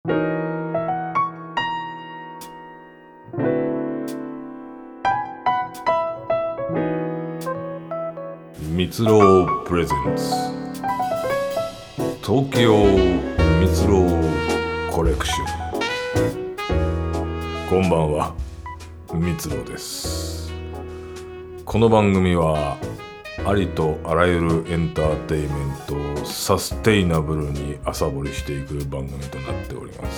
蜜ろうプレゼンツ東京蜜ろうコレクション。こんばんは、蜜ろうです。この番組はありとあらゆるエンターテインメントをサステイナブルに朝掘りしていく番組となっております。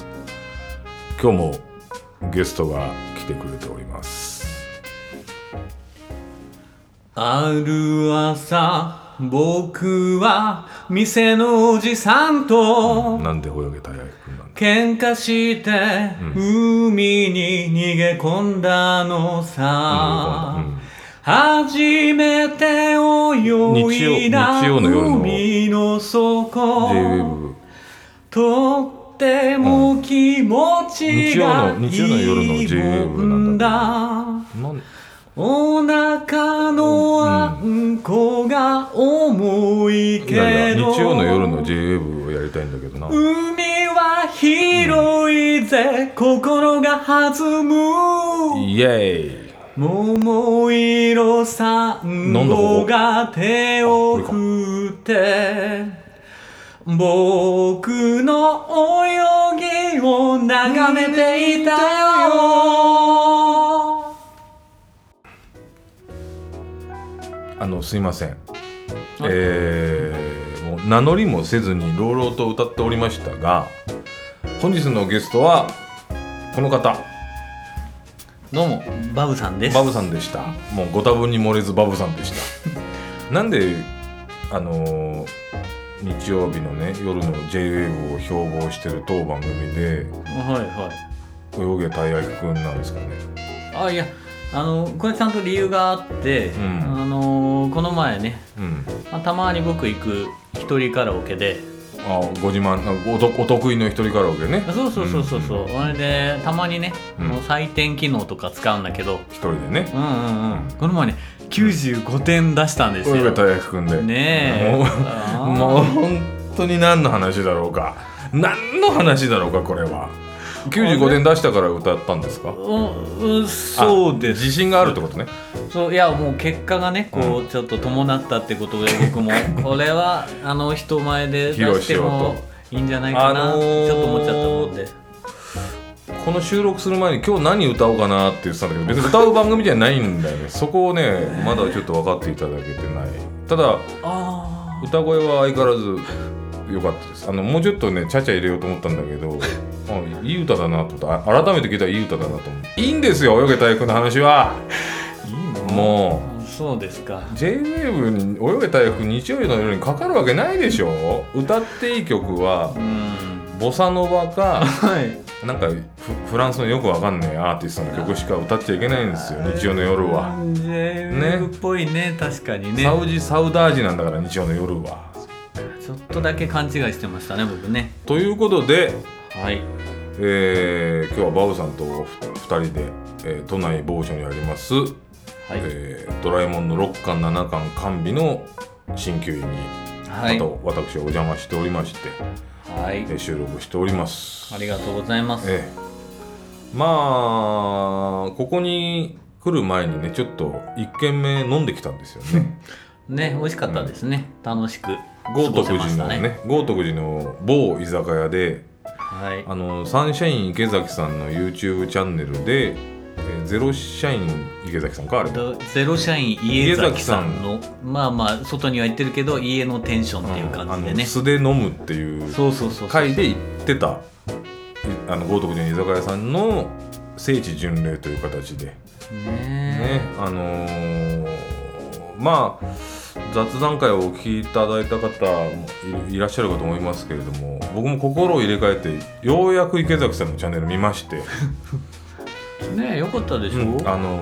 今日もゲストが来てくれております。 ある朝僕は店のおじさんとなんで泳げたやくんなんだ。 喧嘩して海に逃げ込んだのさ、初めて泳いだ海の底 J-Wave とっても気持ちがいいもんだ、お腹のあんこが重いけど、 日曜の夜の J-Wave をやりたいんだけどな。 海は広いぜ、心が弾むイエーイ。 桃色サンゴが手を振って僕の泳ぎを眺めていたよ。 すいません、もう名乗りもせずに朗々と歌っておりましたが、本日のゲストはこの方。 どうもバブさんです。 バブさんでした。もうご多分に漏れずバブさんでしたなんで日曜日のね夜の J-Wave を標榜してる当番組で泳げたい焼きくんなんですかね。 いやこれちゃんと理由があって、この前ね、たまに僕行く一人カラオケで、 ご自慢お得意の一人カラオケね。 そう、あれでたまにね、採点機能とか使うんだけど、 一人でね、 この前ね95点出したんですよ。 泳げたやきくんでねえ。もう本当に何の話だろうかこれは。95点出したから歌ったんですか？ そうです。 自信があるってことね。 そう、いやもう結果がねこうちょっと伴ったってことで、僕もこれは人前で出してもいいんじゃないかな、ちょっと思っちゃったもんで。 この収録する前に今日何歌おうかなって言ってたんだけど、別に歌う番組じゃないんだよねそこをねまだちょっと分かっていただけてない。ただ歌声は相変わらず良かったです。もうちょっとねちゃちゃ入れようと思ったんだけどいい歌だなと思って、改めて聞いたらいい歌だなと思って。いいんですよ泳げたいくんの話は。 いいの？ もうそうですか。 J-Wave に泳げたいくん日曜日の夜にかかるわけないでしょ。歌っていい曲はボサノバか、なんかフランスのよくわかんないアーティストの曲しか歌っちゃいけないんですよ日曜の夜は。 J-Wave っぽいね、確かにね。 サウダージなんだから日曜の夜は。 ちょっとだけ勘違いしてましたね僕ね。 ということで、 はい、 今日はバブさんと2人で、都内某所にあります、ドラえもんの6巻7巻完備の鍼灸院に、また私はお邪魔しておりまして、収録しております。 ありがとうございます。 まあここに来る前にねちょっと1軒目飲んできたんですよねね、美味しかったですね、楽しく豪徳寺の某居酒屋で、サンシャイン池崎さんの YouTube チャンネルで、ゼロシャイン池崎さんかあれゼロシャイン家崎さんのまあ外には行ってるけど家のテンションっていう感じでね、 素で飲むっていう回で行ってた豪徳寺の居酒屋さんの聖地巡礼という形でね、まあ雑談会をお聞きいただいた方も いらっしゃるかと思いますけれども、僕も心を入れ替えてようやく池崎さんのチャンネル見ましてねえ、よかったでしょ、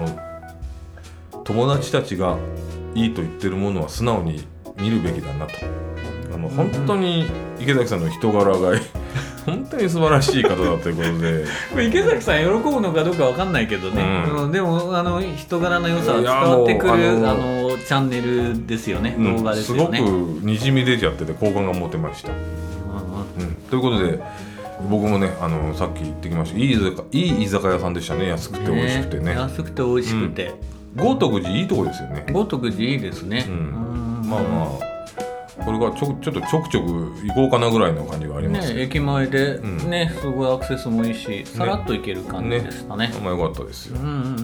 友達たちがいいと言ってるものは素直に見るべきだなと。本当に池崎さんの人柄が本当に素晴らしい方だということでこれ池崎さん喜ぶのかどうか分かんないけどね、でも人柄の良さは伝わってくるチャンネルですよね、動画ですよね。 すごくにじみ出ちゃってて好感が持てました、ということで、 僕もねさっき言ってきました、いい居酒屋さんでしたね。安くて美味しくてね。 安くて美味しくて、 豪徳寺いいとこですよね。 豪徳寺いいですね。 まあまあこれがちょっとちょくちょく行こうかなぐらいの感じがありますね。駅前でね、すごいアクセスもいいし、さらっと行ける感じでしたね。 まあ良かったですよ。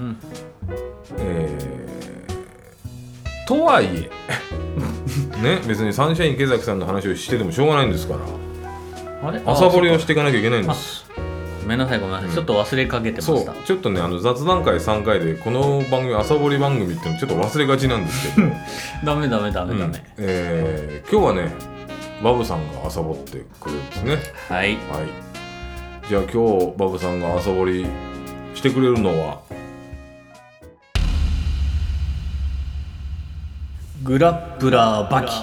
とはいえね、別にサンシャイン池崎さんの話をしててもしょうがないんですから、朝掘りをしていかなきゃいけないんです。 ごめんなさい、ちょっと忘れかけてました。 ちょっとね雑談会3回でこの番組朝掘り番組ってのちょっと忘れがちなんですけどダメ、今日はねバブさんが朝掘ってくれるんですね。 はい、 じゃあ今日バブさんが朝掘りしてくれるのはグラップラーバキ。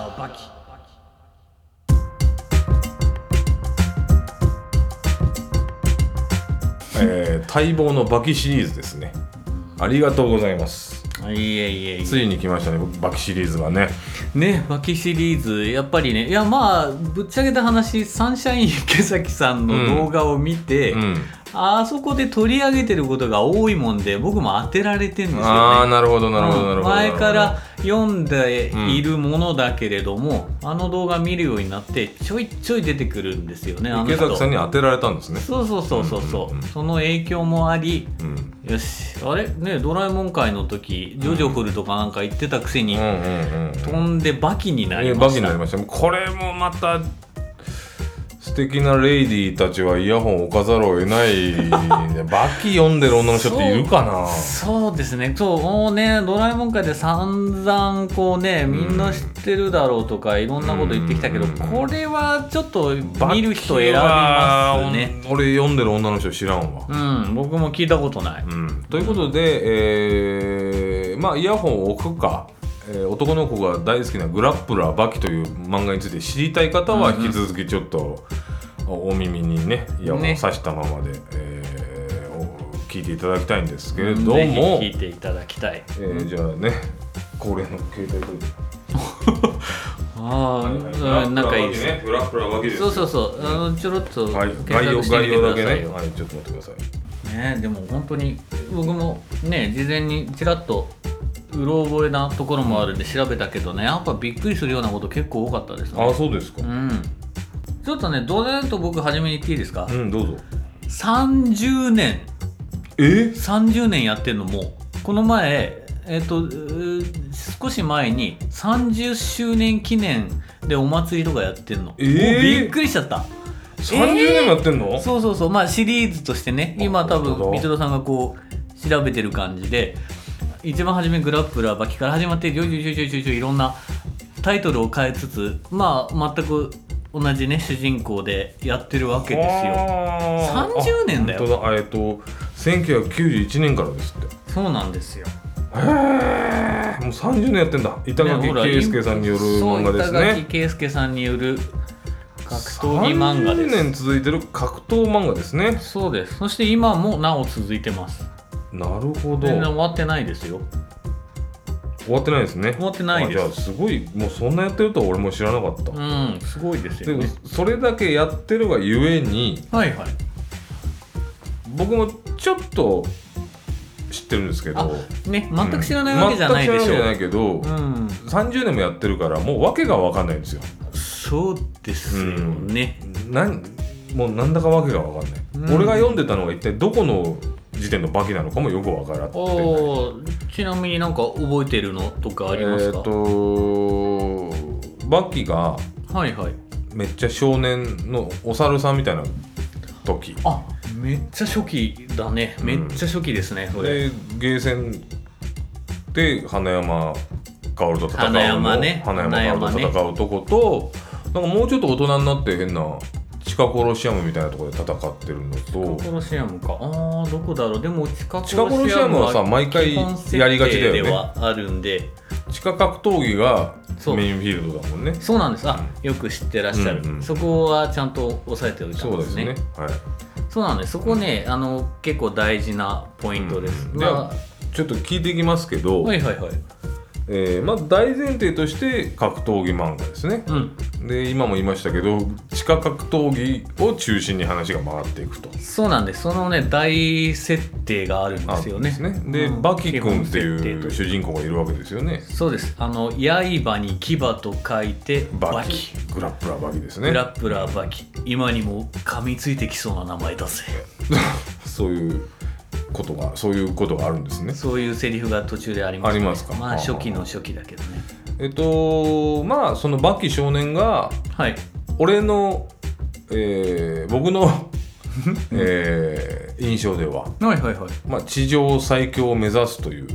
待望のバキシリーズですね。ありがとうございます。ついに来ましたね、バキシリーズがね。 バキシリーズやっぱりね、いやまあぶっちゃけた話、サンシャイン池崎さんの動画を見て、あそこで取り上げてることが多いもんで、僕も当てられてるんですよね。 なるほど。 前から読んでいるものだけれども、あの動画見るようになってちょいちょい出てくるんですよね。 池崎さんに当てられたんですね。 そう、その影響もあり、よしあれね、ドラえもん会の時ジョジョフルとかなんか言ってたくせに飛んでバキになりました。 これもまた素敵なレイディーたちはイヤホンを置かざるを得ない、バキ読んでる女の人っているかな。 そうですね。もうね、ドラえもん界で散々こうね、みんな知ってるだろうとかいろんなこと言ってきたけど、これはちょっと見る人選びますね。 俺読んでる女の人知らんわ。 僕も聞いたことない。 ということで、まあイヤホンを置くか、男の子が大好きなグラップラーバキという漫画について知りたい方は引き続きちょっとお耳にねイヤホンを挿したままで、聞いていただきたいんですけれども、 ぜひ聞いていただきたい。 じゃあね、恒例の携帯トイレ仲いいですね。 グラップラーバキです。 そうちょろっと概要だけね。ちょっと待ってください。 でも本当に僕もね、事前にちらっとうろ覚えなところもあるんで調べたけどね、やっぱびっくりするようなこと結構多かったですね。 そうですか。 ちょっとね、どうやと僕初めに言っていいですか。 どうぞ。 30年30年やってるのも、この前少し前に30周年記念でお祭りとかやってるの。びっくりしちゃった。 30年もやってんの。 そうまあシリーズとしてね、今多分三戸さんがこう調べてる感じで、一番初めグラップラーバキから始まっていろんなタイトルを変えつつ、まあ全く同じね主人公でやってるわけですよ。30年だよ。 1991年からですって。 そうなんですよ。 もう30年やってんだ。板垣圭介さんによる漫画ですね。 板垣圭介さんによる格闘技漫画です。 30年続いてる格闘漫画ですね。 そうです。そして今もなお続いてます。 なるほど。 全然終わってないですよ。 終わってないですね。 終わってないです。 じゃあすごい、もうそんなやってるとは俺も知らなかった。 すごいですよね。 でそれだけやってるがゆえに、僕もちょっと知ってるんですけどね、全く知らないわけじゃないでしょ。 全く知らないわけじゃないけど、30年もやってるからもう訳が分かんないんですよ。 そうですよね。 もうなんだか訳が分かんない。俺が読んでたのが一体どこの時点のバキなのかもよく分からってない。 ちなみになんか覚えてるのとかありますか。 バキがめっちゃ少年のお猿さんみたいな時。 めっちゃ初期だね。めっちゃ初期ですね。 でゲーセンで花山薫と戦う花山薫と戦うとこと、なんかもうちょっと大人になって変な地下コロシアムみたいなところで戦ってるのと。 地下コロシアムか。どこだろう。でも地下コロシアムはさ、毎回やりがちだよね。 ではあるんで、 地下格闘技がメインフィールドだもんね。 そうなんです。よく知ってらっしゃる。そこはちゃんと押さえておいたんですね。そうなんです。そこね、結構大事なポイントです。 じゃあちょっと聞いていきますけど、 まあ大前提として格闘技漫画ですね、で今も言いましたけど地下格闘技を中心に話が回っていくと。 そうなんです。そのね大設定があるんですよね。 で、バキ君っていう主人公がいるわけですよね。 そうです。刃に牙と書いてバキ。 グラップラーバキですね。 グラップラーバキ。今にも噛みついてきそうな名前だぜ。 そういうことがあるんですね。 そういうセリフが途中であります、ね。 ありますか。 まあ初期の初期だけどね。 まあそのバキ少年が、 はい、 俺の、僕の印象では、まあ、地上最強を目指すという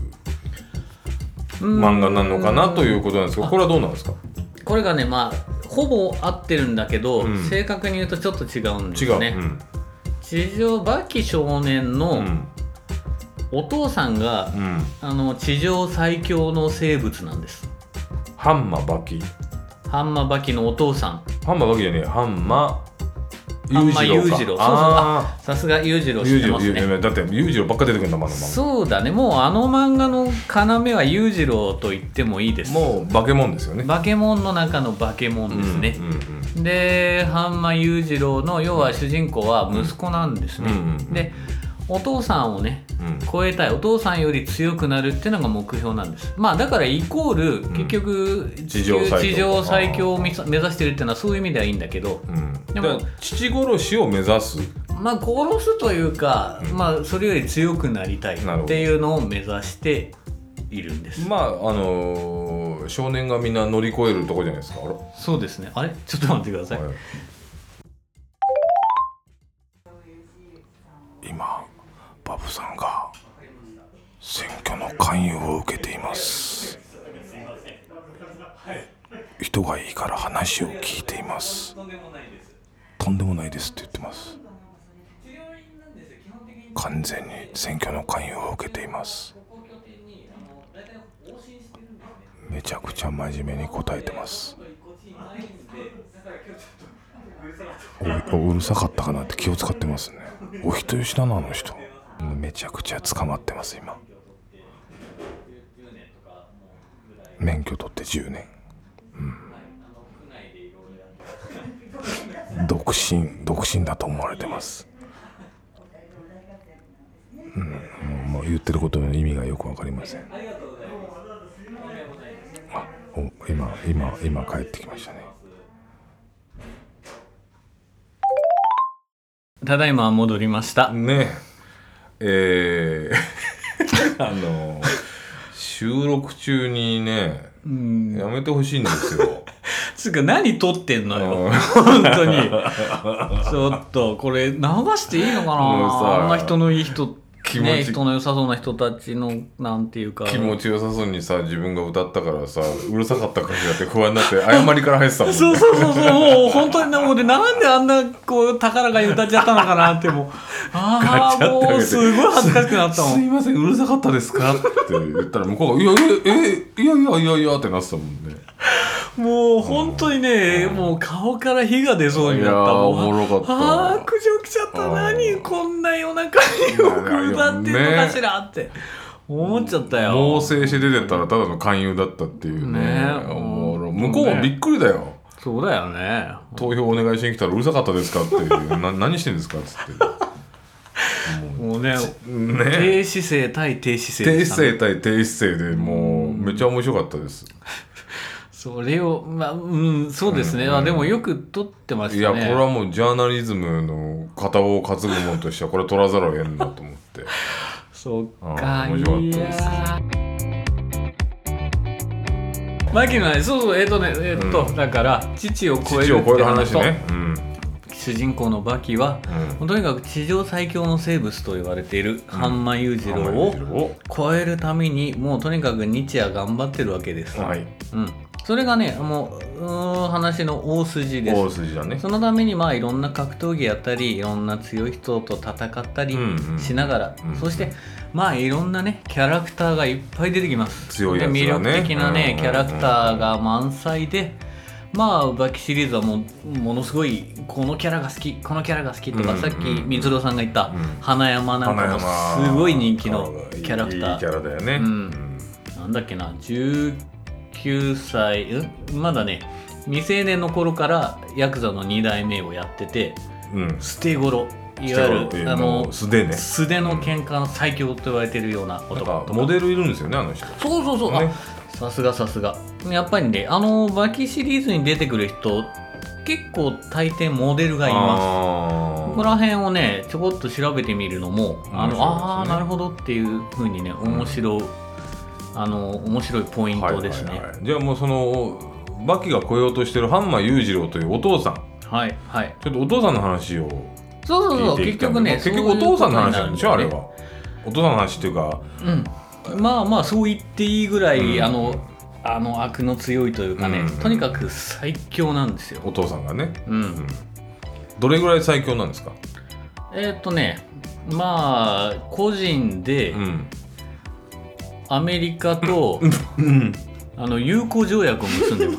漫画なのかなということなんですけど、これはどうなんですか？これがね、まあほぼ合ってるんだけど、正確に言うとちょっと違うんですね。地上バキ少年のお父さんが、地上最強の生物なんです。 ハンマバキ。 ハンマバキのお父さん。 ハンマバキじゃねえ、ハンマ裕次郎。さすが裕次郎知ってますね。 だって裕次郎ばっか出てくるんだもん。 そうだね。もうあの漫画の要は裕次郎と言ってもいいです。 もうバケモンですよね。 バケモンの中のバケモンですね。でハンマ裕次郎の要は主人公は息子なんですね。でお父さんをね超えたい、お父さんより強くなるっていうのが目標なんです。まあだからイコール結局地上最強を目指してるっていうのはそういう意味ではいいんだけど、 でも父殺しを目指す、 まあ殺すというか、まあそれより強くなりたいっていうのを目指しているんです。 まあ少年がみんな乗り越えるとこじゃないですか。 そうですね。あれちょっと待ってください。 今バブさんが選挙の勧誘を受けています。人がいいから話を聞いています。とんでもないですって言ってます。完全に選挙の勧誘を受けています。めちゃくちゃ真面目に答えてます。うるさかったかなって気を使ってますね。お人よしだなあの人。めちゃくちゃ捕まってます今。免許取って10年、独身だと思われてます。もう言ってることの意味がよくわかりません。今帰ってきましたね。 ただいま戻りましたね。収録中にね、やめてほしいんですよ。 つうか何撮ってんのよ本当に。ちょっとこれ流していいのかな。あんな人のいい人ね、人の良さそうな人たちのなんていうか気持ちよさそうにさ自分が歌ったからさうるさかったかしらって不安になって謝りから入ってたもんね。 そうもう本当にもうでなんであんなこう高らかに歌っちゃったのかなってもうもうすごい恥ずかしくなったもん。 すいませんうるさかったですかって言ったら向こうがいやってなってたもんね。 もう本当にね、もう顔から火が出そうになった。 おもろかった。 苦情来ちゃった。何こんな夜中によく歌ってんのかしらって思っちゃったよ。 猛省して出てったらただの勧誘だったっていうね。向こうもびっくりだよ。 そうだよね。 投票お願いしに来たらうるさかったですかって何してんですかっつって。 もうね低姿勢対低姿勢、 低姿勢対低姿勢でもうめっちゃ面白かったです。 それをそうですね。でもよく撮ってましたね。 いやこれはもうジャーナリズムの片を担ぐものとしてはこれ取らざるを得んなと思って。 そっか面白かったです。 マキのそうだから父を超える話ね。 主人公のバキは、とにかく地上最強の生物と言われているハンマ裕次郎を超えるためにもうとにかく日夜頑張ってるわけです。それがねもう話の大筋です。 大筋だね。 そのためにいろんな格闘技やったりいろんな強い人と戦ったりしながら、そしていろんなねキャラクターがいっぱい出てきます。 強いやつがね。 魅力的なねキャラクターが満載で、バキシリーズはものすごいこのキャラが好きこのキャラが好きとか、さっき光郎さんが言った花山なんかもすごい人気のキャラクター。 いいキャラだよね。 なんだっけな、19歳、まだね未成年の頃からヤクザの2代目をやってて、捨て頃、いわゆる素手の喧嘩の最強と言われてるような男とか、 モデルいるんですよね、あの人。 そう、ね、さすがやっぱりね、バキシリーズに出てくる人結構大抵モデルがいます。ここら辺をねちょこっと調べてみるのもなるほどっていう風にね面白いポイントですね。 じゃあもうそのバキが来ようとしてる半間裕次郎というお父さん、 はい、 ちょっとお父さんの話をそう結局お父さんの話なんでしょ、あれは。お父さんの話っていうか、 まあそう言っていいぐらい、悪の強いというかね、とにかく最強なんですよ、 お父さんがね。どれぐらい最強なんですか？ まあ個人で、アメリカと友好条約を結んで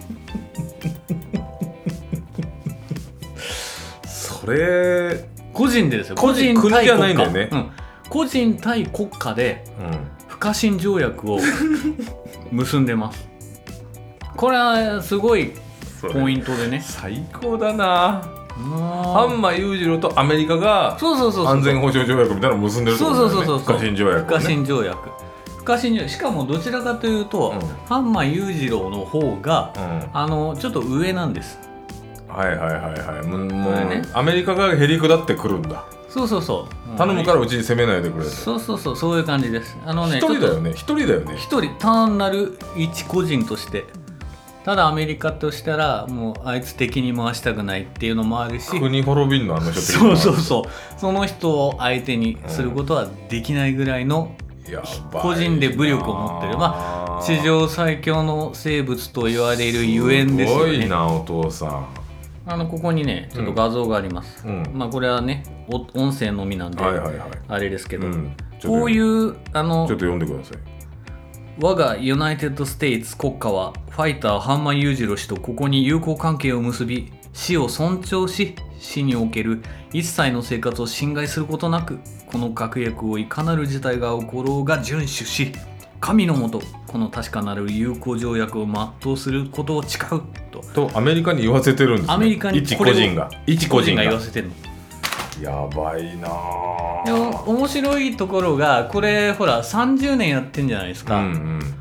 ますそれ個人でですよ。個人国じゃないんだよね。 個人対国家で不可侵条約を結んでます。これはすごいポイントでね。 最高だな。半間裕次郎とアメリカが安全保障条約みたいなのを結んでるってことだよね。不可侵条約、 不可侵条約。しかもどちらかというと、半間裕次郎の方が、ちょっと上なんです。 もうアメリカがへりくだってくるんだ。 そう頼むからうちに攻めないでくれと。 そういう感じです。 一人だよね。 単なる一個人として。ただアメリカとしたらもうあいつ敵に回したくないっていうのもあるし、 国滅びんのあの人。 その人を相手にすることはできないぐらいの個人で武力を持ってる、地上最強の生物と言われるゆえんですよね。 すごいなお父さん。 ここにねちょっと画像があります。これはね音声のみなんであれですけど、こういうちょっと読んでください。 我がユナイテッドステイツ国家はファイター半間裕次郎氏とここに友好関係を結び、死を尊重し、死における一切の生活を侵害することなく、この確約をいかなる事態が起ころうが遵守し、神のもとこの確かなる友好条約を全うすることを誓うとアメリカに言わせてるんですね。 アメリカに一個人が言わせてるの。 やばいな。 面白いところがこれほら30年やってんじゃないですか。ブ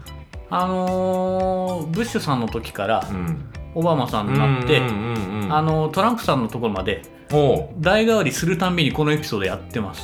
ッシュさんの時からオバマさんになって、トランプさんのところまで代替わりするたんびにこのエピソードやってます。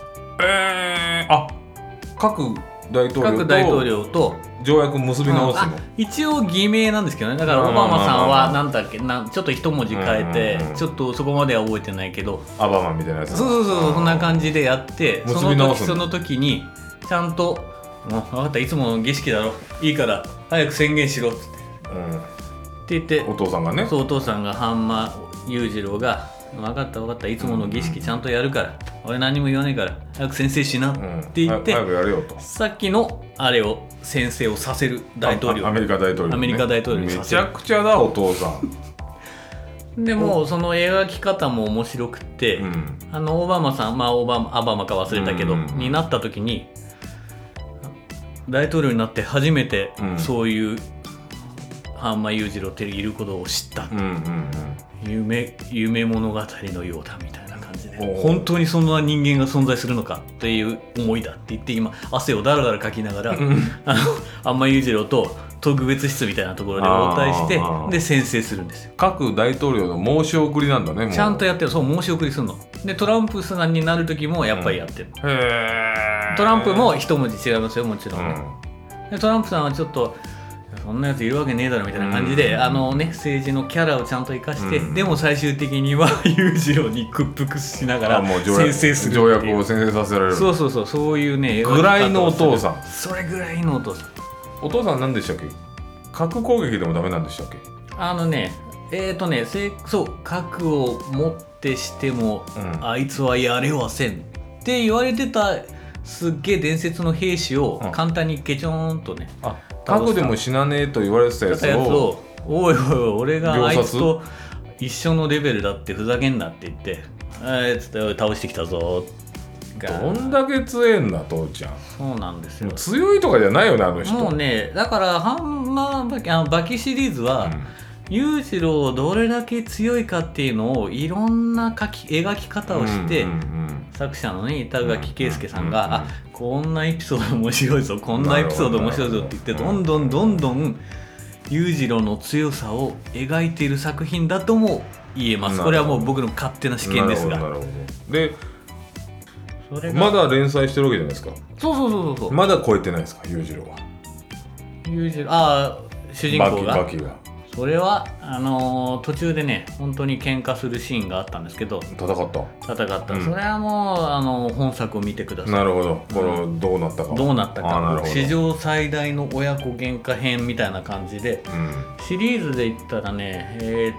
各大統領と条約結び直すの。 一応偽名なんですけどね。だからオバマさんはなんだっけな、ちょっと一文字変えて、ちょっとそこまでは覚えてないけど、 アバマみたいなやつ。 そんな感じでやって結び直す。 その時にちゃんと分かった、いつもの儀式だろ、いいから早く宣言しろって言って、 お父さんがね、 お父さんが半間裕次郎が分かったいつもの儀式ちゃんとやるから、俺何も言わないから早く宣誓しなって言って、 早くやれよと。 さっきのあれを宣誓をさせる大統領、 アメリカ大統領、 めちゃくちゃだお父さん。でもその描き方も面白くって、オバマさん、アバマか忘れたけど、になった時に大統領になって初めてそういう半間裕次郎っていることを知った、夢物語のようだみたいな感じで、本当にそんな人間が存在するのかという思いだって言って、今汗をだらだらかきながら、半間裕次郎と特別室みたいなところで応対して、で宣誓するんですよ。 各大統領の申し送りなんだね。 ちゃんとやってる。そう申し送りするので、トランプさんになる時もやっぱりやってる、トランプも一文字違いますよ、もちろんね、でトランプさんはちょっとそんなやついるわけねえだろみたいな感じで、政治のキャラをちゃんと生かして、でも最終的には裕次郎に屈服しながら宣誓する条約を宣誓させられる。 そういうねぐらいのお父さん。 それぐらいのお父さん。 お父さん何でしたっけ？核攻撃でもダメなんでしたっけ？ そう、核を持ってしても、あいつはやれはせんって言われてたすっげえ伝説の兵士を簡単にケチョーンとね、 核でも死なねえと言われてたやつを、 おい俺があいつと一緒のレベルだってふざけんなって言って、つって倒してきたぞ、 どんだけ強えんだ父ちゃん。 そうなんですよ。 強いとかじゃないよねあの人。 もうねだからハンマーバキバキシリーズは、裕次郎どれだけ強いかっていうのをいろんな描き方をして、作者のね板垣圭介さんが、こんなエピソード面白いぞこんなエピソード面白いぞって言ってどんどん裕次郎の強さを描いている作品だとも言えます。これはもう僕の勝手な試験ですが。 なるほど。でそれがまだ連載してるわけじゃないですか。 そうまだ超えてないですか裕次郎は。 主人公がバキがそれは途中でね本当に喧嘩するシーンがあったんですけど、 戦った、 それはもう本作を見てください。 なるほど。これどうなったか、 史上最大の親子喧嘩編みたいな感じで、シリーズで言ったらね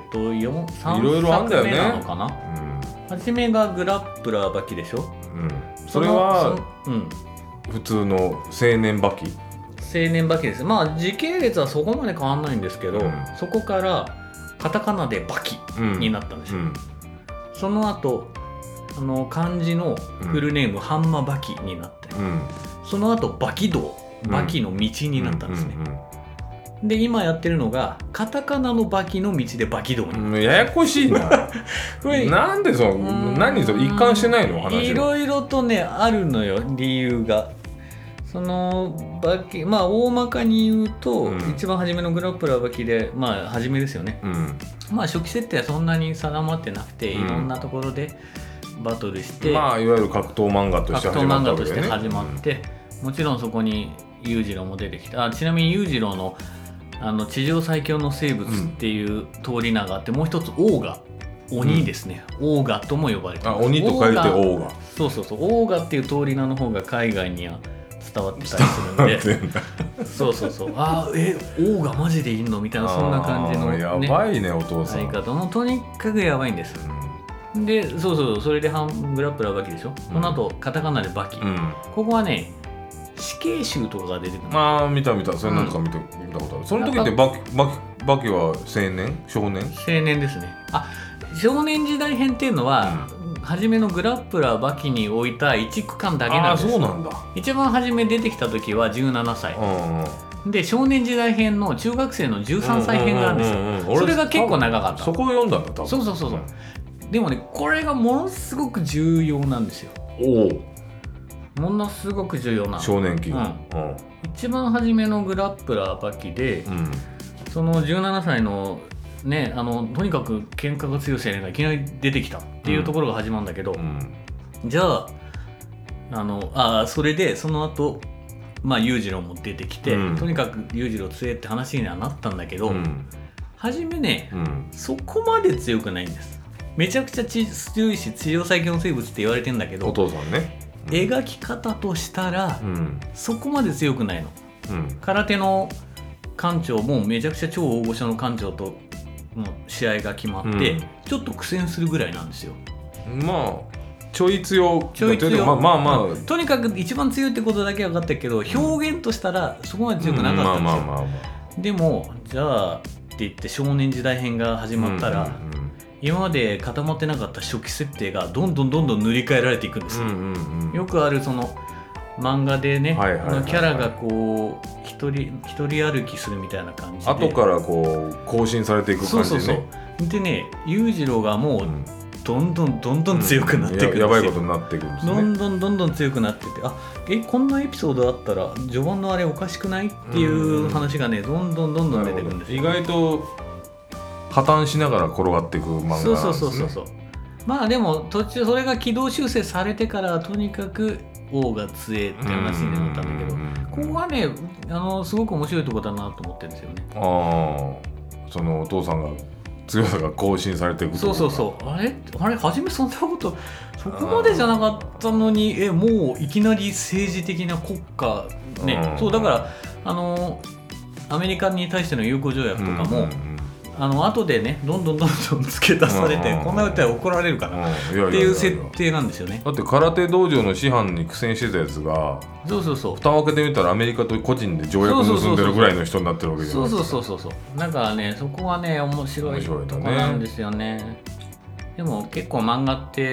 3作目なのかな。初めがグラップラーバキでしょ。 それは普通の青年バキです。時系列はそこまで変わんないんですけど、そこからカタカナでバキになったんですよ。その後漢字のフルネーム、ハンマバキになって、その後バキ道、バキの道になったんですね。で今やってるのがカタカナのバキの道でバキ道に、 ややこしいななんで何それ一貫してないの話。 いろいろとねあるのよ理由が。そのバキ大まかに言うと、一番初めのグラップラーバキで初めですよね。初期設定はそんなに定まってなくて、いろんなところでバトルして、 いわゆる格闘漫画として始まったわけだよね。 始まって、もちろんそこに裕次郎も出てきた。ちなみに裕次郎の地上最強の生物っていう通り名があって、もう一つオーガ、鬼ですね。オーガとも呼ばれてます。 鬼と書いてオーガ。 そうオーガっていう通り名の方が海外には伝わってたりするんでオーガマジでいんのみたいな、そんな感じの、ね、 やばいねお父さん。 相方もとにかくやばいんです。でそれでグラップラーバキでしょ。その後カタカナでバキ、ここはね死刑囚とかが出てくる。 見たそれなんとか見たことある。その時ってバキは少年ですね。少年時代編っていうのは、初めのグラップラーバキに置いた一区間だけなんです。 そうなんだ。 一番初め出てきた時は17歳で、少年時代編の中学生の13歳編があるんですよ。それが結構長かった。 そこを読んだんだ多分。 そうでもねこれがものすごく重要なんですよ。ものすごく重要な少年期、 一番初めのグラップラーバキで、その17歳のねとにかく喧嘩が強い青年がいきなり出てきたっていうところが始まるんだけど、じゃあそれでその後裕次郎も出てきて、とにかく裕次郎強いって話にはなったんだけど、初めね、そこまで強くないんです。めちゃくちゃ強いし地上最強の生物って言われてんだけど、 お父さんね、 描き方としたら、そこまで強くないの。空手の館長もめちゃくちゃ超大御所の館長との試合が決まって、ちょっと苦戦するぐらいなんですよ。 ちょい強とにかく一番強いってことだけは分かったけど、表現としたらそこまで強くなかったんですよ。でもじゃあって言って少年時代編が始まったら、今まで固まってなかった初期設定がどんどん塗り替えられていくんですよ。よくあるその漫画でね、キャラがこう一人歩きするみたいな感じで後からこう更新されていく感じでね。 でね、裕次郎がもうどんどん強くなっていくんですよ。 やばいことになっていくんですね。 どんどん強くなってて、こんなエピソードあったら序盤のあれおかしくないっていう話がね、どんどん出てくるんですよ。 意外と破綻しながら転がっていく漫画なんですね。 そうでも途中それが軌道修正されてからとにかく王が強えって話になったんだけど、ここはねすごく面白いところだなと思ってるんですよね。 そのお父さんが強さが更新されていくと。 あれ初めそんなことそこまでじゃなかったのにもういきなり政治的な国家ね、だからアメリカに対しての友好条約とかも、後でねどんどん付け足されて、こんな歌は怒られるからっていう設定なんですよね。 だって空手道場の師範に苦戦してたやつが蓋を開けてみたらアメリカと個人で条約結んでるぐらいの人になってるわけじゃないですか。 だからねそこはね面白いとこなんですよね。でも結構漫画って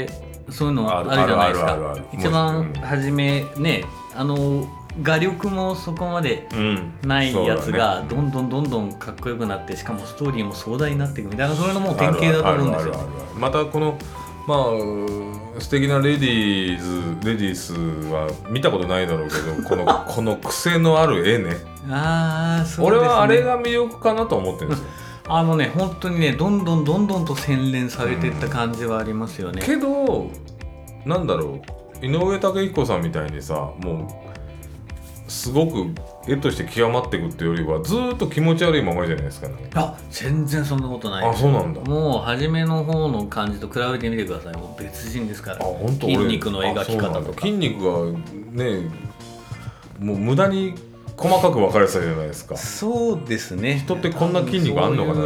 そういうのあるじゃないですか。一番初めね、画力もそこまでないやつがどんどんかっこよくなって、しかもストーリーも壮大になっていくみたいな、そういうのも典型だと思うんですよ。 またこの素敵なレディースは見たことないだろうけど、この癖のある絵ね。 ああ、そうですね。 俺はあれが魅力かなと思ってるんですよ。 本当にね、どんどんと洗練されていった感じはありますよね。 けどなんだろう、井上武彦さんみたいにさ、もうすごく絵として極まっていくっていうよりはずっと気持ち悪いままじゃないですか、ね。 全然そんなことない。 そうなんだ。 もう初めの方の感じと比べてみてください。もう別人ですから。筋肉の描き方とか。 筋肉がね、もう無駄に細かく分かれてたじゃないですか。 そうですね。 人ってこんな筋肉あんのかなって。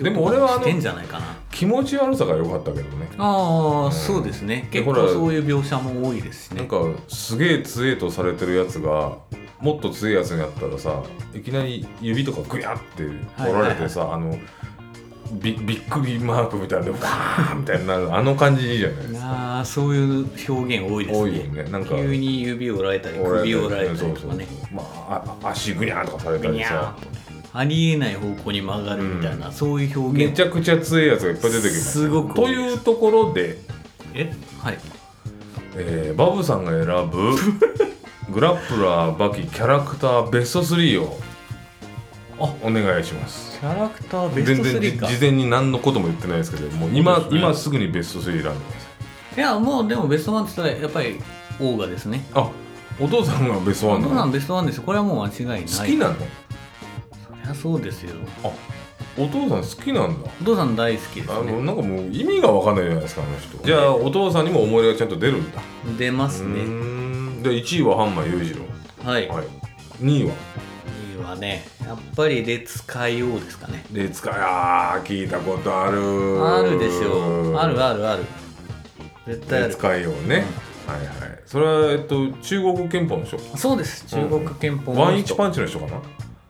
でも俺はしてんじゃないかな。 気持ち悪さが良かったけどね。 そうですね。結構そういう描写も多いですしね。 なんかすげえ強えとされてるやつがもっと強いやつになったらさ、いきなり指とかグヤって折られてさ、びっくりマークみたいなでバーンみたいな感じいいじゃないですか。 そういう表現多いですね。 多いよね。なんか急に指を折られたり首を折られたりとかね。 足グニャーとかされたりさ、 ありえない方向に曲がるみたいな、そういう表現めちゃくちゃ強いやつがいっぱい出てきます。 すごくというところで、 はい、 バブさんが選ぶグラップラーバキキャラクターベスト3をお願いします。 キャラクターベスト3か。 事前に何のことも言ってないですけど、もう今すぐにベスト3選んでください。 いや、もうでもベスト1って言ったらやっぱりオーガですね。 お父さんがベスト1なの？ お父さんベスト1ですよ。これはもう間違いない。 好きなの？ そりゃそうですよ。 お父さん好きなんだ。 お父さん大好きですね。 なんかもう意味が分かんないじゃないですか、あの人。じゃあお父さんにも思い出がちゃんと出るんだ。 出ますね。 で1位は半間裕次郎。 はい。 2位は 2位はね、やっぱり列海王ですかね。 列海、聞いたことある。 あるでしょう。ある。絶対ある。 列海王ね。はいはい。それは中国憲法の人？ そうです。中国憲法の人。 ワンイチパンチの人かな？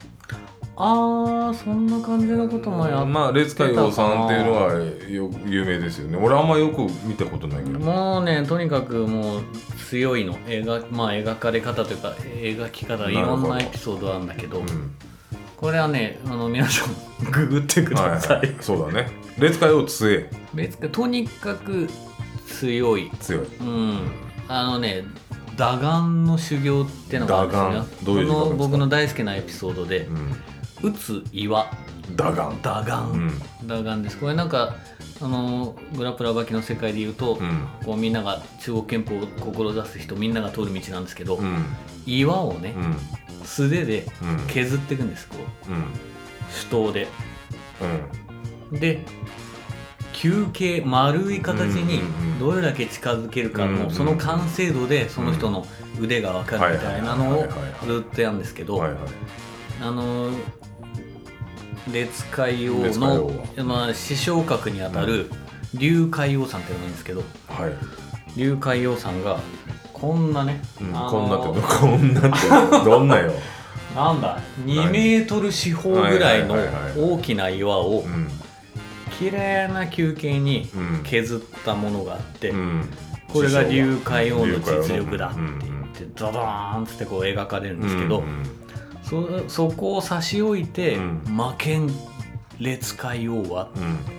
そんな感じのこともやってたかな。 列海王さんっていうのは有名ですよね。俺あんまよく見たことないけど。 もうね、とにかくもう強いの。描かれ方というか描き方、いろんなエピソードあるんだけど、これはね、皆さんググってください。 そうだね。列海王強い。 とにかく強い。打眼の修行ってのがあるんですよ。この僕の大好きなエピソードで、打つ岩、打眼です。これなんかグラップラーバキの世界でいうと、こうみんなが中国憲法を志す人みんなが通る道なんですけど、岩をね、素手で削っていくんです。こう手刀で、で球形丸い形にどれだけ近づけるかの、その完成度でその人の腕が分かるみたいなのをずっとやるんですけど、列海王の師匠格にあたる龍海王さんっていうのがいるんですけど、龍海王さんがこんなね、 こんなってどんなよなんだ2メートル四方ぐらいの大きな岩を綺麗な球形に削ったものがあって、これが龍海王の実力だって言ってドドーンってこう描かれるんですけど、そこを差し置いて、魔剣列海王は、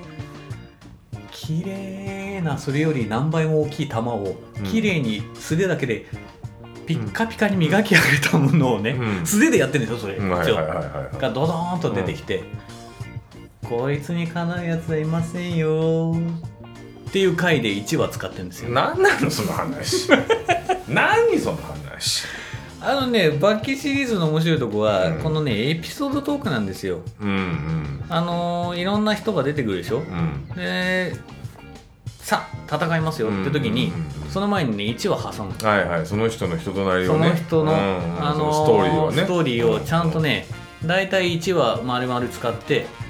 綺麗なそれより何倍も大きい球を綺麗に素手だけでピッカピカに磨き上げたものをね、素手でやってるんですよ。それがドドーンと出てきて、こいつにかなうやつはいませんよっていう回で1話使ってるんですよ。 何なのその話何その話。 バキシリーズの面白いとこは、このねエピソードトークなんですよ。いろんな人が出てくるでしょ。でさあ戦いますよって時に、その前にね1話挟む。 その人の人となりをね、 その人のストーリーをちゃんとね、だいたい1話丸々使って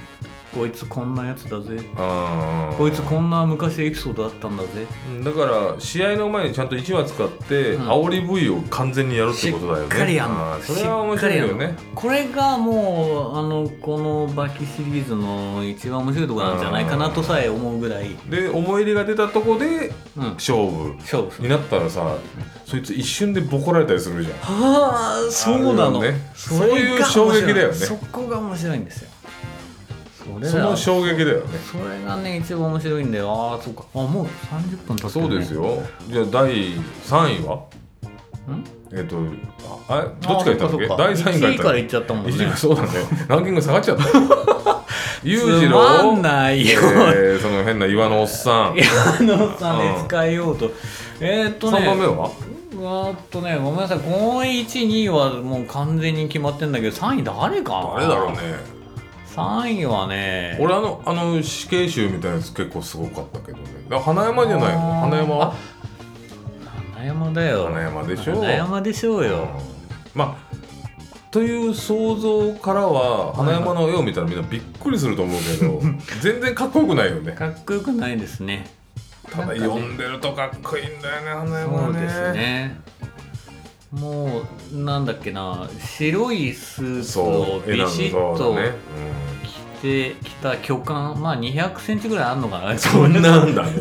こいつこんなやつだぜ、 あこいつこんな昔エピソードあったんだぜ。 だから試合の前にちゃんと1話使って煽り V を完全にやるってことだよね。 しっかりやんの。 それは面白いよね。 これがもうこのバキシリーズの一番面白いところなんじゃないかなとさえ思うぐらいで、思い入れが出たとこで勝負になったらさ、そいつ一瞬でボコられたりするじゃん。 はあ、そうなの、 ね、そういう衝撃だよね。 そこが面白いんですよ。 その衝撃だよね。 それがね一番面白いんだよ。ああ、そうか。あ、もう30分経ってるね。 そうですよ。じゃあ第3位はどっちから言ったんだっけ。第3位から 1位から言っちゃったもんね。 そうだね、ランキング下がっちゃった裕次郎、 つまんないよ、 その変な岩のおっさん岩のおっさんで使いようと、 3番目はごめんなさい、この1位2位はもう完全に決まってんだけど、3位誰かな。 誰だろうね。 3位はね、 俺死刑囚みたいなやつ結構すごかったけどね。花山じゃないの。花山は花山だよ。 花山でしょ。 花山でしょうよ。 まあという想像からは花山の絵を見たらみんなびっくりすると思うけど全然かっこよくないよね。 かっこよくないですね。 ただ読んでるとかっこいいんだよね、花山はね。 そうですね。もうなんだっけな、白いスーツをビシッと着た巨漢、まあ200センチぐらいあんのかな。 そんなんだね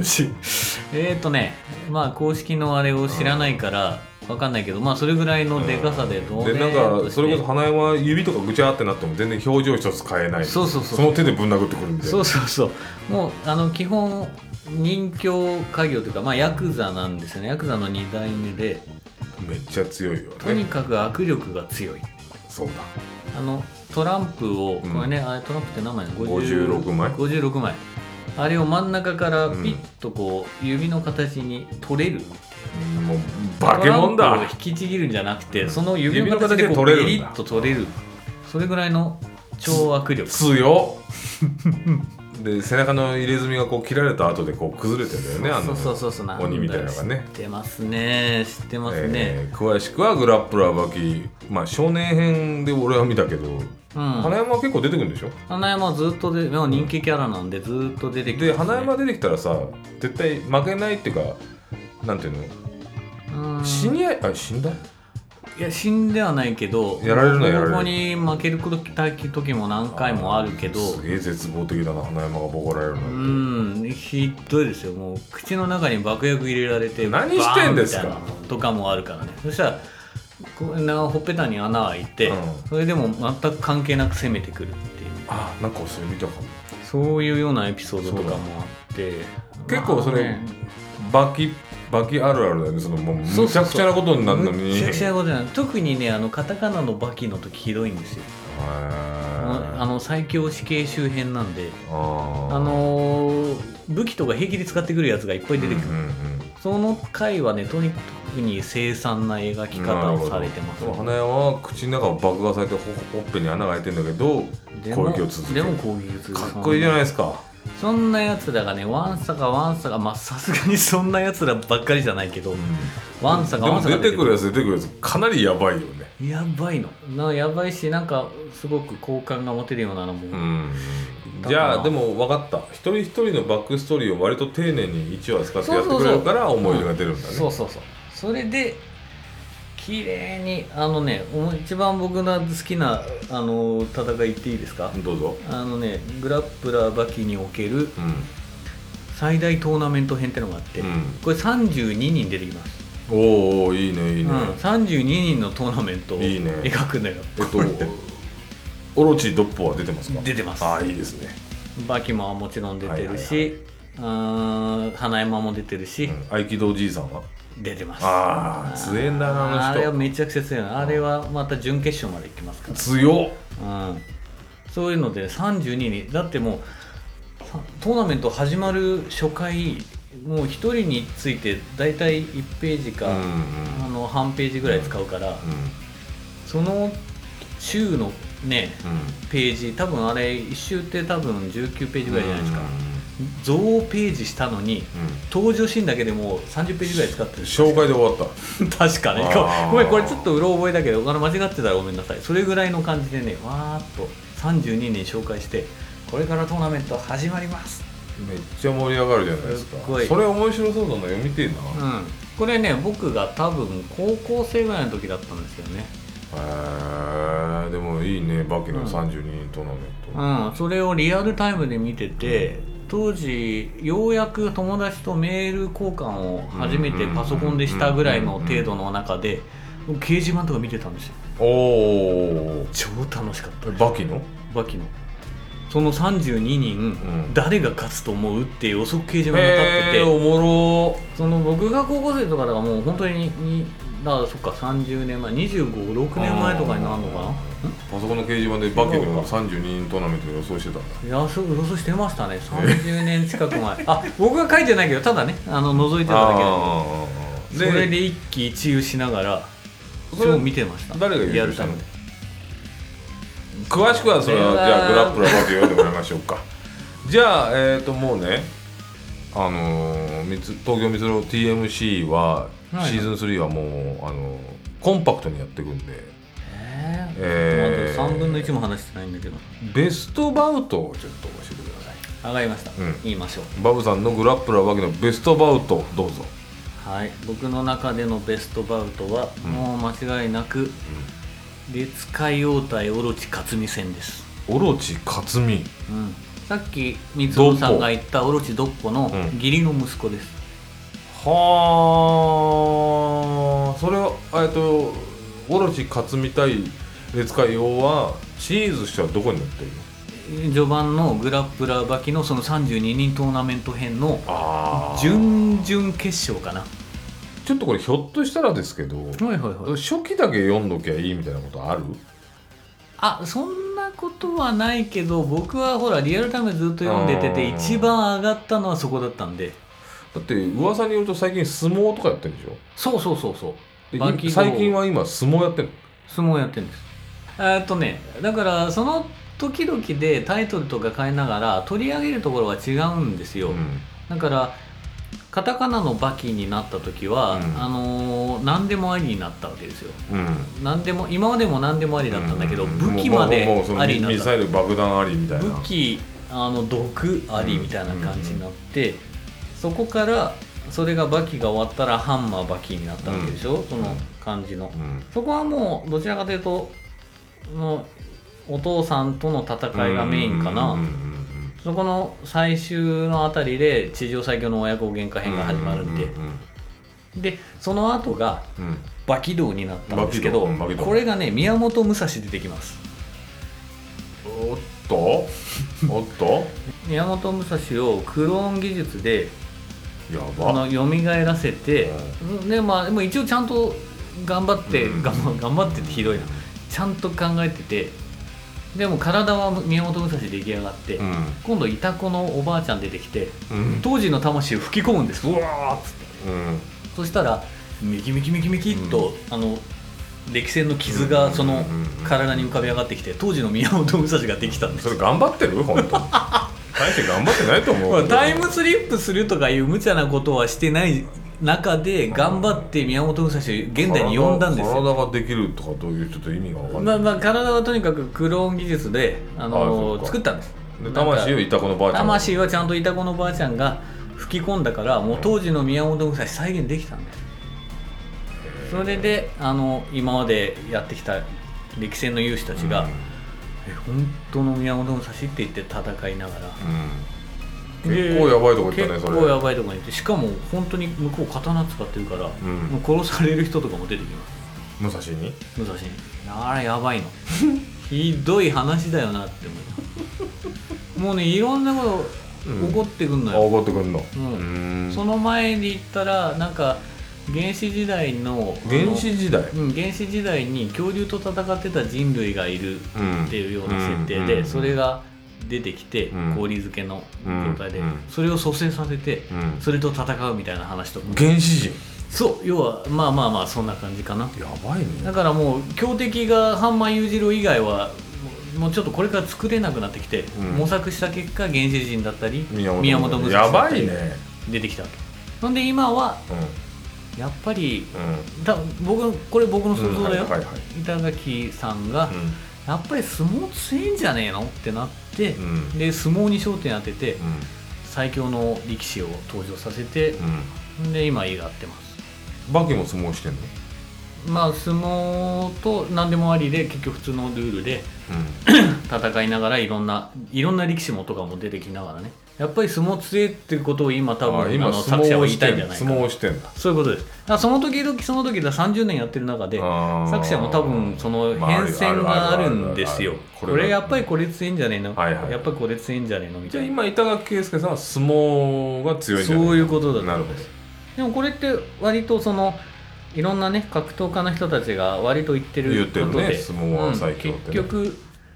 まあ公式のあれを知らないからわかんないけど、まあそれぐらいのでかさでどうで、なんかそれこそ花山は指とかぐちゃってなっても全然表情一つ変えない。 そうその手でぶん殴ってくるみたいな。 そうもう基本任侠家業というか、まあヤクザなんですよね。ヤクザの2代目でめっちゃ強いよね。 とにかく握力が強い。 そうだ。 トランプを、これね、あれトランプって何枚 ？56枚。 56枚。あれを真ん中からピッとこう指の形に取れる。 もう化け物だ。 トランプを引きちぎるんじゃなくて、その指の形でこうピリッと取れる。それぐらいの超握力。 強っ。で背中の入れ墨がこう切られた後でこう崩れてるんだよね。 そう鬼みたいなのがね。 知ってますね。 詳しくはグラップラーバキ、まあ少年編で俺は見たけど、花山は結構出てくるんでしょ。花山はずっとで人気キャラなんでずっと出てきて、 で花山出てきたらさ絶対負けないっていうか、なんていうの、死んだ。 いや死んではないけど、 やられるのやられる。 ここに負ける時も何回もあるけど、 すげえ絶望的だな、花山がボコられるなんて。 ひどいですよ。もう口の中に爆薬入れられて何してんですかとかもあるからね。そしたらほっぺたに穴開いて、それでも全く関係なく攻めてくるっていう。 なんかそれ見たかも。 そういうようなエピソードとかもあって、 結構それバキあるあるだよね。そのもうむちゃくちゃなことになるのに。 むちゃくちゃなことになる。特にね、カタカナのバキの時ひどいんですよ。最強死刑周辺なんで、武器とか平気で使ってくるやつがいっぱい出てくる。その回はね、とにかくに凄惨な描き方をされてます。 花山は口の中を爆破されてほっぺに穴が開いてるんだけど攻撃を続ける。かっこいいじゃないですか。 そんなやつらがね、ワンサがまあさすがにそんなやつらばっかりじゃないけど、ワンサが出てくるやつかなりやばいよね。 やばいのやばいし、なんかすごく好感が持てるようなのも。 じゃあでも分かった。一人一人のバックストーリーを割と丁寧に1話使ってやってくれるから思い入れが出るんだね。 それで綺麗に一番僕の好きな戦い言っていいですか。 どうぞ。 グラップラーバキにおける最大トーナメント編ってのがあって、これ32人出てきます。 おお、いいねいいね。 32人のトーナメントを描くのよ。 オロチドッポは出てますか。 出てます。 いいですね。 バキももちろん出てるし、花山も出てるし、 合気道じいさんは出てます。 強えんだな、あの人。 あれはめちゃくちゃ強いな。あれはまた準決勝まで行きますから。 強っ。 そういうので32人だってもうトーナメント始まる初回もう1人についてだいたい1ページか、半ページぐらい使うから、その週のね、ページ多分あれ1週って多分19ページぐらいじゃないですか。増ページしたのに、登場シーンだけでも30ページぐらい使ってる。 紹介で終わった確かね。ごめん、これちょっとうろ覚えだけど間違ってたらごめんなさい。それぐらいの感じでね、わーっと32人紹介して、 これからトーナメント始まります。 めっちゃ盛り上がるじゃないですか。それ面白そうだな、読みてえな。 これね、僕が多分高校生ぐらいの時だったんですよね。 でもいいね、バキの32人トーナメント。 それをリアルタイムで見てて、当時ようやく友達とメール交換を初めてパソコンでしたぐらいの程度の中で掲示板とか見てたんですよ。超楽しかった。 バキのその32人、誰が勝つと思うっていう予測掲示板が立ってて、 おもろ。 その僕が高校生とかだからもう本当にだからそっか30年前25、6年前とかになるのかな。 パソコンの掲示板でバキの32人トーナメント予想してたんだ。 予想してましたね。30年近く前僕は書いてないけど、ただね覗いてただけで、それで一喜一憂しながら超見てました。 誰が優勝したの？詳しくはそれはじゃあグラップラーバキ読んでもらいましょうか。じゃあもうね、東京ミスロ TMC はシーズン3はもうコンパクトにやっていくんで、 まだ3分の1も話してないんだけど、 ベストバウトをちょっと教えてください。 上がりました、言いましょう。 バブさんのグラップラーバキのベストバウトどうぞ。 はい、僕の中でのベストバウトは、もう間違いなく、烈海王対オロチ克美戦です。 オロチ克美、 さっき三尾さんが言ったオロチドッポの義理の息子です。 はあ、それはオロチ克美対烈海王はシリーズとしてはどこになってるの？ 序盤のグラップラーバキのその32人トーナメント編の準々決勝かな。 ちょっとこれひょっとしたらですけど、初期だけ読んどきゃいいみたいなことある？ そんなことはないけど、僕はほらリアルタイムずっと読んでて一番上がったのはそこだったんで。 だって噂によると最近相撲とかやってるんでしょ？ そう最近は今相撲やってるの？ 相撲やってるんです。だからその時々でタイトルとか変えながら取り上げるところは違うんですよ。だからカタカナのバキになった時は、何でもありになったわけですよ。何でも今までも何でもありだったんだけど、武器までありになった。 ミサイル爆弾ありみたいな。 武器毒ありみたいな感じになって、そこからそれがバキが終わったらハンマーバキになったわけでしょ、その感じの。そこはもうどちらかというとお父さんとの戦いがメインかな。そこの最終のあたりで地上最強の親子喧嘩編が始まるんで、でその後がバキ道になったんですけど、これがね宮本武蔵出てきます。 おっと宮本武蔵をクローン技術で蘇らせて、でも一応ちゃんと頑張ってってひどいな、ちゃんと考えてて、でも体は宮本武蔵出来上がって、今度イタコのおばあちゃん出てきて、当時の魂を吹き込むんです。うわーっつって、そしたらミキッと歴戦の傷がその体に浮かび上がってきて、当時の宮本武蔵ができたんです。 それ頑張ってる？本当に大して頑張ってないと思う。 タイムスリップするとかいう無茶なことはしてない中で頑張って宮本武蔵を現代に呼んだんですよ。 体ができるとかどういうちょっと意味が分かんない。 体はとにかくクローン技術で作ったんです。 で魂をイタコのばあちゃん、 魂はちゃんとイタコのばあちゃんが吹き込んだから、もう当時の宮本武蔵再現できたんです。それで今までやってきた歴戦の勇士たちが、本当の宮本武蔵って言って戦いながら、 結構やばいとこ行ったね。 結構やばいとこに行って、しかも本当に向こう刀使ってるから、もう殺される人とかも出てきます。 武蔵にあれやばいのひどい話だよなって思う。もうね、いろんなこと起こってくんのよ。 起こってくんの。 その前で言ったらなんか原始時代に恐竜と戦ってた人類がいるっていうような設定で、それが出てきて、氷漬けの状態で、それを蘇生させて、それと戦うみたいな話とか。 原始人。 そう、要はまあそんな感じかな。 やばいね。 だからもう強敵がハンマー裕次郎以外はもうちょっとこれから作れなくなってきて、模索した結果原始人だったり宮本武蔵だったり出てきたわけ。なんで今は、やっぱり、僕の想像だよ、板垣さんが、 やっぱり相撲強いんじゃねえのってなって、で相撲に焦点当てて、最強の力士を登場させて、で今やってます。 バキも相撲してんの？ まあ相撲と何でもありで結局普通のルールで、戦いながらいろんな力士もとかも出てきながらね、やっぱり相撲強いっていうことを今多分作者は言いたいんじゃないかな。 相撲してんだ。 そういうことです。だからその時々で30年やってる中で作者も多分その変遷があるんですよ。これやっぱりこれ強いんじゃねえの、やっぱりこれ強いんじゃねえのみたいな。 じゃあ今板垣圭介さんは相撲が強いんじゃないか。 そういうことだと思います。 なるほど。 でもこれって割とそのいろんなね格闘家の人たちが割と言ってることで、 相撲は最強って、 結局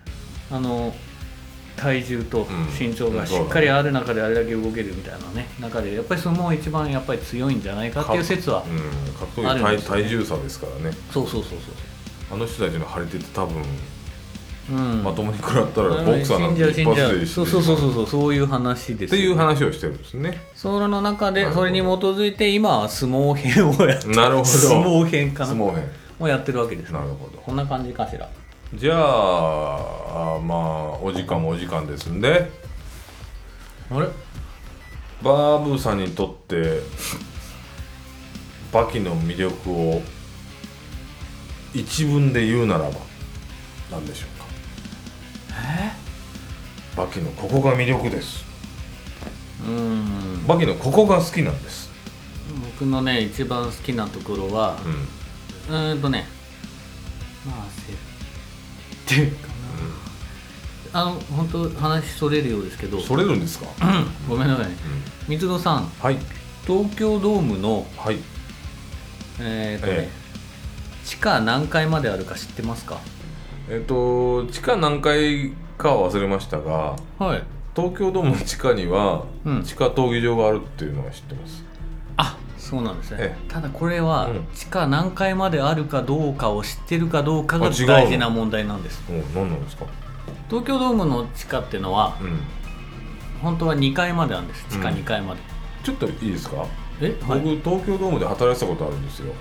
体重と身長がしっかりある中であれだけ動けるみたいなね中でやっぱり相撲一番やっぱり強いんじゃないかっていう説は格闘技体重差ですからね。 そうあの人たちの張り手って多分、まともに食らったらボクサーなんて一発でそういう話です、 っていう話をしてるんですね。 それの中でそれに基づいて今は相撲編をやってる。なるほど。相撲編かな。相撲編をやってるわけです。 なるほど。 こんな感じかしら。 じゃあまあお時間もお時間ですんで、 あれバーブーさんにとってバキの魅力を一文で言うならば何でしょうか。バキのここが魅力です。バキのここが好きなんです。 僕のね一番好きなところは、まあ設定かな。本当話それるようですけど。 それるんですか？ ごめんなさいね。三戸さん、東京ドームの地下何階まであるか知ってますか？ 地下何階かは忘れましたが、東京ドームの地下には地下闘技場があるっていうのは知ってます。 あ、そうなんですね。ただこれは地下何階まであるかどうかを知ってるかどうかが大事な問題なんです。 何なんですか？ 東京ドームの地下ってのは、本当は2階まであるんです。地下2階まで。 ちょっといいですか？僕東京ドームで働いてたことあるんですよ。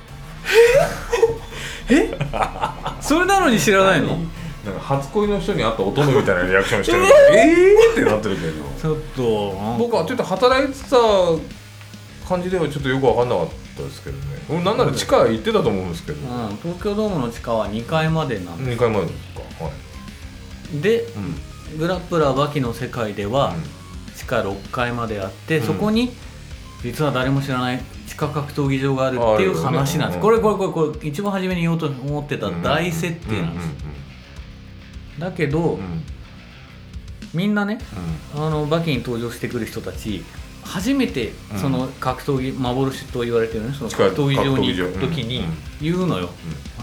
それなのに知らないの？ なんか初恋の人に会った乙女みたいなリアクションしてるってなってるけど、 ちょっと僕はちょっと働いてた感じではちょっとよく分かんなかったですけどね。なんなら地下行ってたと思うんですけど、 東京ドームの地下は2階までなんです。 2階までですか。 で、グラップラーバキの世界では地下6階まであって、そこに実は誰も知らない地下格闘技場があるっていう話なんです。これ一番初めに言おうと思ってた大設定なんです。だけど、みんなね、バキに登場してくる人たち初めてその格闘技幻と言われてるね、その格闘技場に行く時に言うのよ。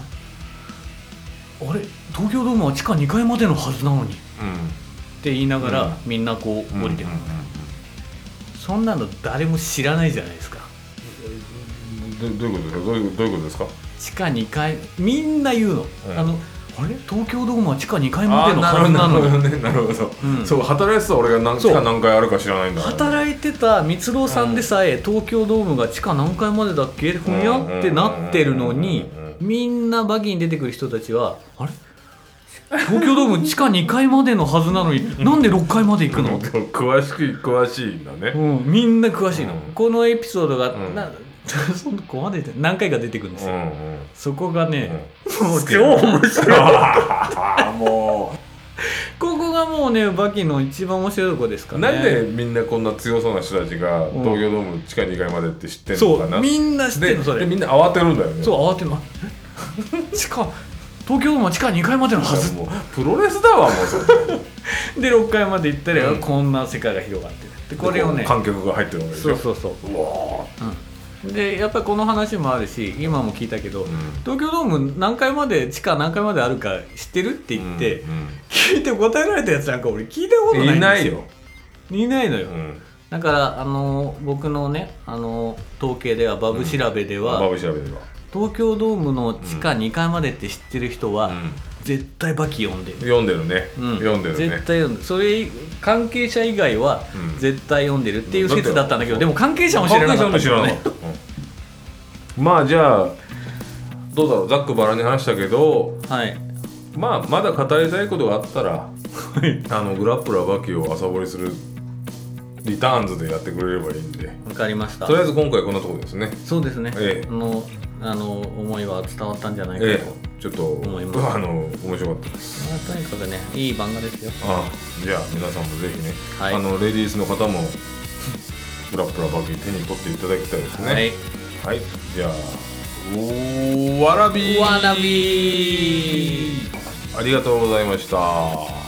あれ東京ドームは地下2階までのはずなのに、って言いながらみんなこう降りてくる。そんなの誰も知らないじゃないですか。 どういうことですか？ 地下2階みんな言うの。あれ東京ドームは地下2階までのはずなのに。なるほど。 そう働いてた俺が地下何階あるか知らないんだ。 働いてた光郎さんでさえ東京ドームが地下何階までだっけふにゃってなってるのに、みんなバキに出てくる人たちはあれ東京ドーム地下2階までのはずなのになんで6階まで行くの？ 詳しいんだね。 みんな詳しいの。このエピソードがそこまで何回か出てくるんですよ。そこがね、もう超面白い。もうここがもうねバキの一番面白いとこですからね。 なんでみんなこんな強そうな人たちが東京ドーム地下2階までって知ってんのかな。 そうみんな知ってんのそれ。 でみんな慌てるんだよね。 そう慌てるの。地下東京ドームは地下2階までのはず。 もうプロレスだわもうそれ。 で6階まで行ったら、こんな世界が広がってる。でこれをね観客が入ってるわけでしょ。 そううわでやっぱりこの話もあるし今も聞いたけど、東京ドーム何階まで地下何階まであるか知ってるって言って、聞いて答えられたやつなんか俺聞いたことないんですよ。いないのよ。だから僕のね統計ではバブ調べでは、東京ドームの地下2階までって知ってる人は、絶対バキ読んでる。 読んでるね。 絶対読んでる。それ関係者以外は絶対読んでるっていう説だったんだけど、でも関係者も知らなかった。 まあじゃあどうだろう、ざっくばらんに話したけど、 まあまだ語りたいことがあったらグラップラーバキを朝掘りするリターンズでやってくれればいいんで。 わかりました。 とりあえず今回こんなところですね。 そうですね、思いは伝わったんじゃないかと、 ちょっと思います。面白かったです。 とにかくね、いい漫画ですよ。 じゃあ皆さんもぜひね、 はい、 レディースの方もグラップラーバキ手に取っていただきたいですね。はい、じゃあわらびありがとうございました。